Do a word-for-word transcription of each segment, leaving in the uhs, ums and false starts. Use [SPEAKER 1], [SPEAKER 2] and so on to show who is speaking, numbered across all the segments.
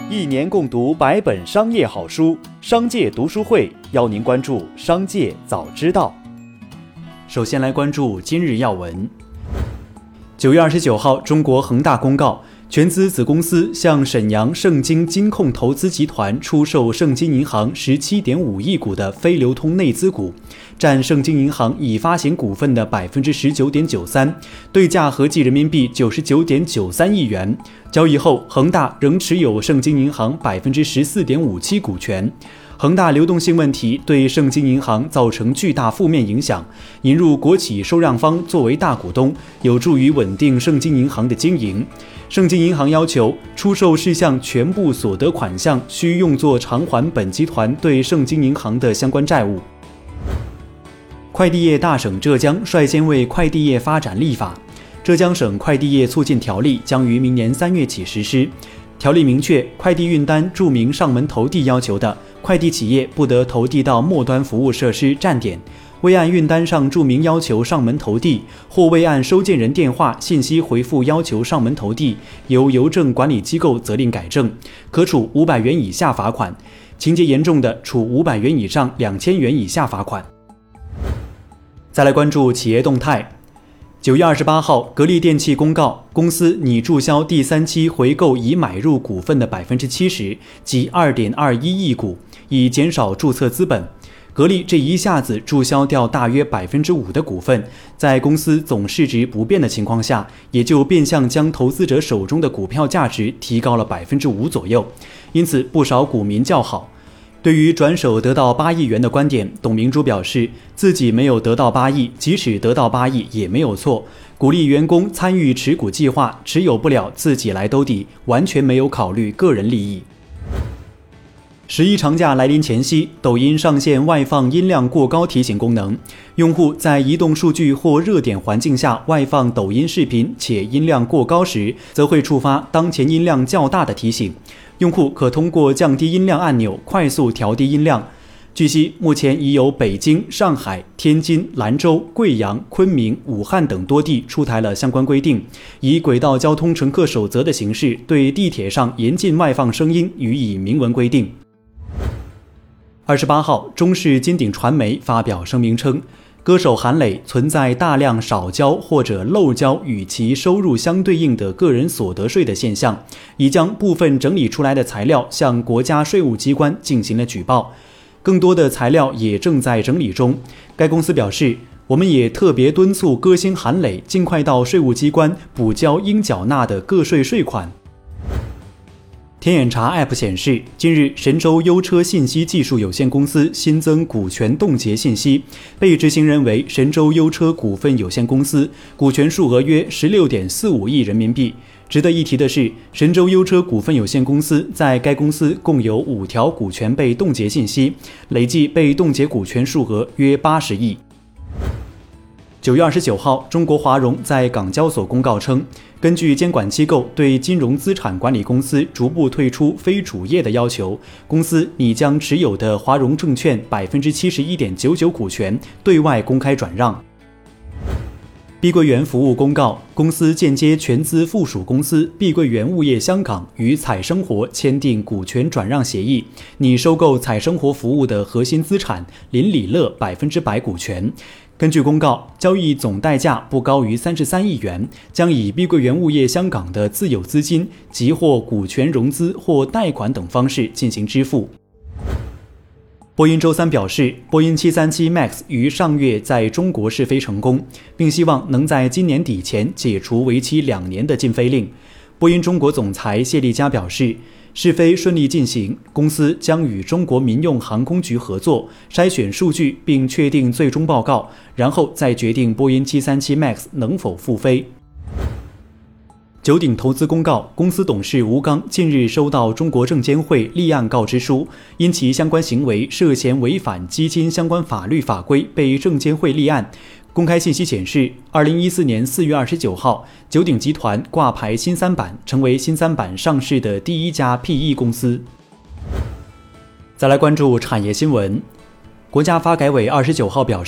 [SPEAKER 1] 一年共读百本商业好书，商界读书会邀您关注商界早知道。首先来关注今日要闻。九月二十九号，中国恒大公告，全资子公司向沈阳盛京金控投资集团出售盛京银行 十七点五亿股的非流通内资股，占盛京银行已发行股份的 百分之十九点九三， 对价合计人民币 九十九点九三亿元。交易后，恒大仍持有盛京银行 百分之十四点五七 股权。恒大流动性问题对盛京银行造成巨大负面影响，引入国企收让方作为大股东，有助于稳定盛京银行的经营。盛京银行要求出售事项全部所得款项需用作偿还本集团对盛京银行的相关债务。快递业大省浙江率先为快递业发展立法，浙江省快递业促进条例将于明年三月起实施。条例明确，快递运单注明上门投递要求的，快递企业不得投递到末端服务设施站点；未按运单上注明要求上门投递，或未按收件人电话信息回复要求上门投递，由邮政管理机构责令改正，可处五百元以下罚款；情节严重的，处五百元以上两千元以下罚款。再来关注企业动态。九月二十八号，格力电器公告，公司拟注销第三期回购已买入股份的 百分之七十， 即 二点二一亿股，以减少注册资本。格力这一下子注销掉大约 百分之五 的股份，在公司总市值不变的情况下，也就变相将投资者手中的股票价值提高了 百分之五 左右，因此不少股民叫好。对于转手得到八亿元的观点，董明珠表示，自己没有得到八亿，即使得到八亿也没有错，鼓励员工参与持股计划，持有不了自己来兜底，完全没有考虑个人利益。十一长假来临前夕，抖音上线外放音量过高提醒功能，用户在移动数据或热点环境下外放抖音视频且音量过高时，则会触发当前音量较大的提醒。用户可通过降低音量按钮快速调低音量。据悉，目前已有北京、上海、天津、兰州、贵阳、昆明、武汉等多地出台了相关规定，以轨道交通乘客守则的形式对地铁上严禁外放声音予以明文规定。二十八号，中视金鼎传媒发表声明称，歌手韩磊存在大量少交或者漏交与其收入相对应的个人所得税的现象，已将部分整理出来的材料向国家税务机关进行了举报，更多的材料也正在整理中。该公司表示，我们也特别敦促歌星韩磊尽快到税务机关补交应缴纳的个税税款。天眼查 App 显示，近日神州优车信息技术有限公司新增股权冻结信息，被执行人为神州优车股份有限公司，股权数额约 十六点四五亿人民币。值得一提的是，神州优车股份有限公司在该公司共有五条股权被冻结信息，累计被冻结股权数额约八十亿。九月二十九号，中国华融在港交所公告称，根据监管机构对金融资产管理公司逐步退出非主业的要求，公司拟将持有的华融证券 百分之七十一点九九 股权对外公开转让。碧桂园服务公告，公司间接全资附属公司碧桂园物业香港与彩生活签订股权转让协议，拟收购彩生活服务的核心资产邻里乐百分之百股权。根据公告，交易总代价不高于三十三亿元，将以碧桂园物业香港的自有资金及或股权融资或贷款等方式进行支付。波音周三表示，波音七三七 MAX 于上月在中国试飞成功，并希望能在今年底前解除为期两年的禁飞令。波音中国总裁谢立佳表示，试飞顺利进行，公司将与中国民用航空局合作，筛选数据并确定最终报告，然后再决定波音七三七 MAX 能否复飞。九鼎投资公告，公司董事吴刚近日收到中国证监会立案告知书，因其相关行为涉嫌违反基金相关法律法规，被证监会立案。公开信息显示，二零一四年四月二十九号，九鼎集团挂牌新三板，成为新三板上市的第一家 P E 公司。再来关注产业新闻。国家发改委二十九号表示，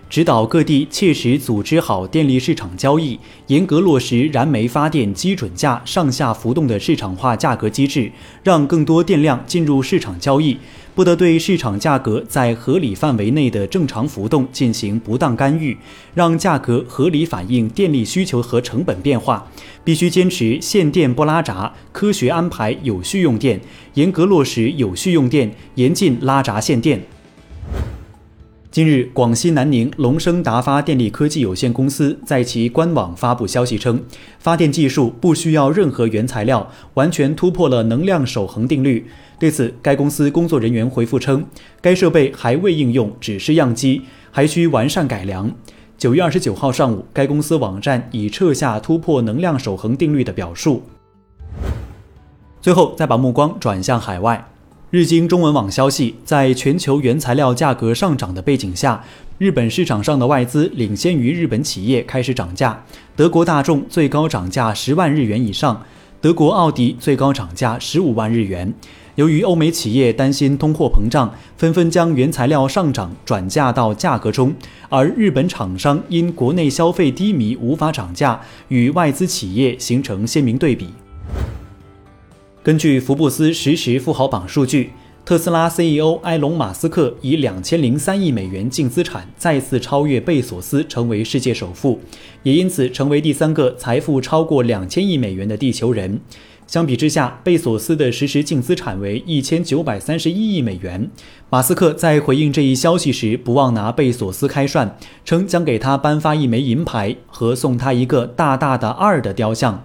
[SPEAKER 1] 指导各地切实组织好电力市场交易，严格落实燃煤发电基准价上下浮动的市场化价格机制，让更多电量进入市场交易，不得对市场价格在合理范围内的正常浮动进行不当干预，让价格合理反映电力需求和成本变化。必须坚持限电不拉闸，科学安排有序用电，严格落实有序用电，严禁拉闸限电。近日，广西南宁龙升达发电力科技有限公司在其官网发布消息称，发电技术不需要任何原材料，完全突破了能量守恒定律。对此，该公司工作人员回复称，该设备还未应用，只是样机，还需完善改良。九月二十九号上午，该公司网站已撤下突破能量守恒定律的表述。最后，再把目光转向海外。日经中文网消息，在全球原材料价格上涨的背景下，日本市场上的外资领先于日本企业开始涨价。德国大众最高涨价十万日元以上，德国奥迪最高涨价十五万日元。由于欧美企业担心通货膨胀，纷纷将原材料上涨转嫁到价格中，而日本厂商因国内消费低迷无法涨价，与外资企业形成鲜明对比。根据福布斯实时富豪榜数据，特斯拉 C E O 埃隆·马斯克以两千零三亿美元净资产再次超越贝索斯，成为世界首富，也因此成为第三个财富超过两千亿美元的地球人。相比之下，贝索斯的实时净资产为一千九百三十一亿美元。马斯克在回应这一消息时，不忘拿贝索斯开涮，称将给他颁发一枚银牌和送他一个大大的二的雕像。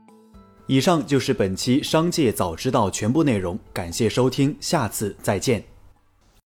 [SPEAKER 1] 以上就是本期商界早知道全部内容，感谢收听，下次再见。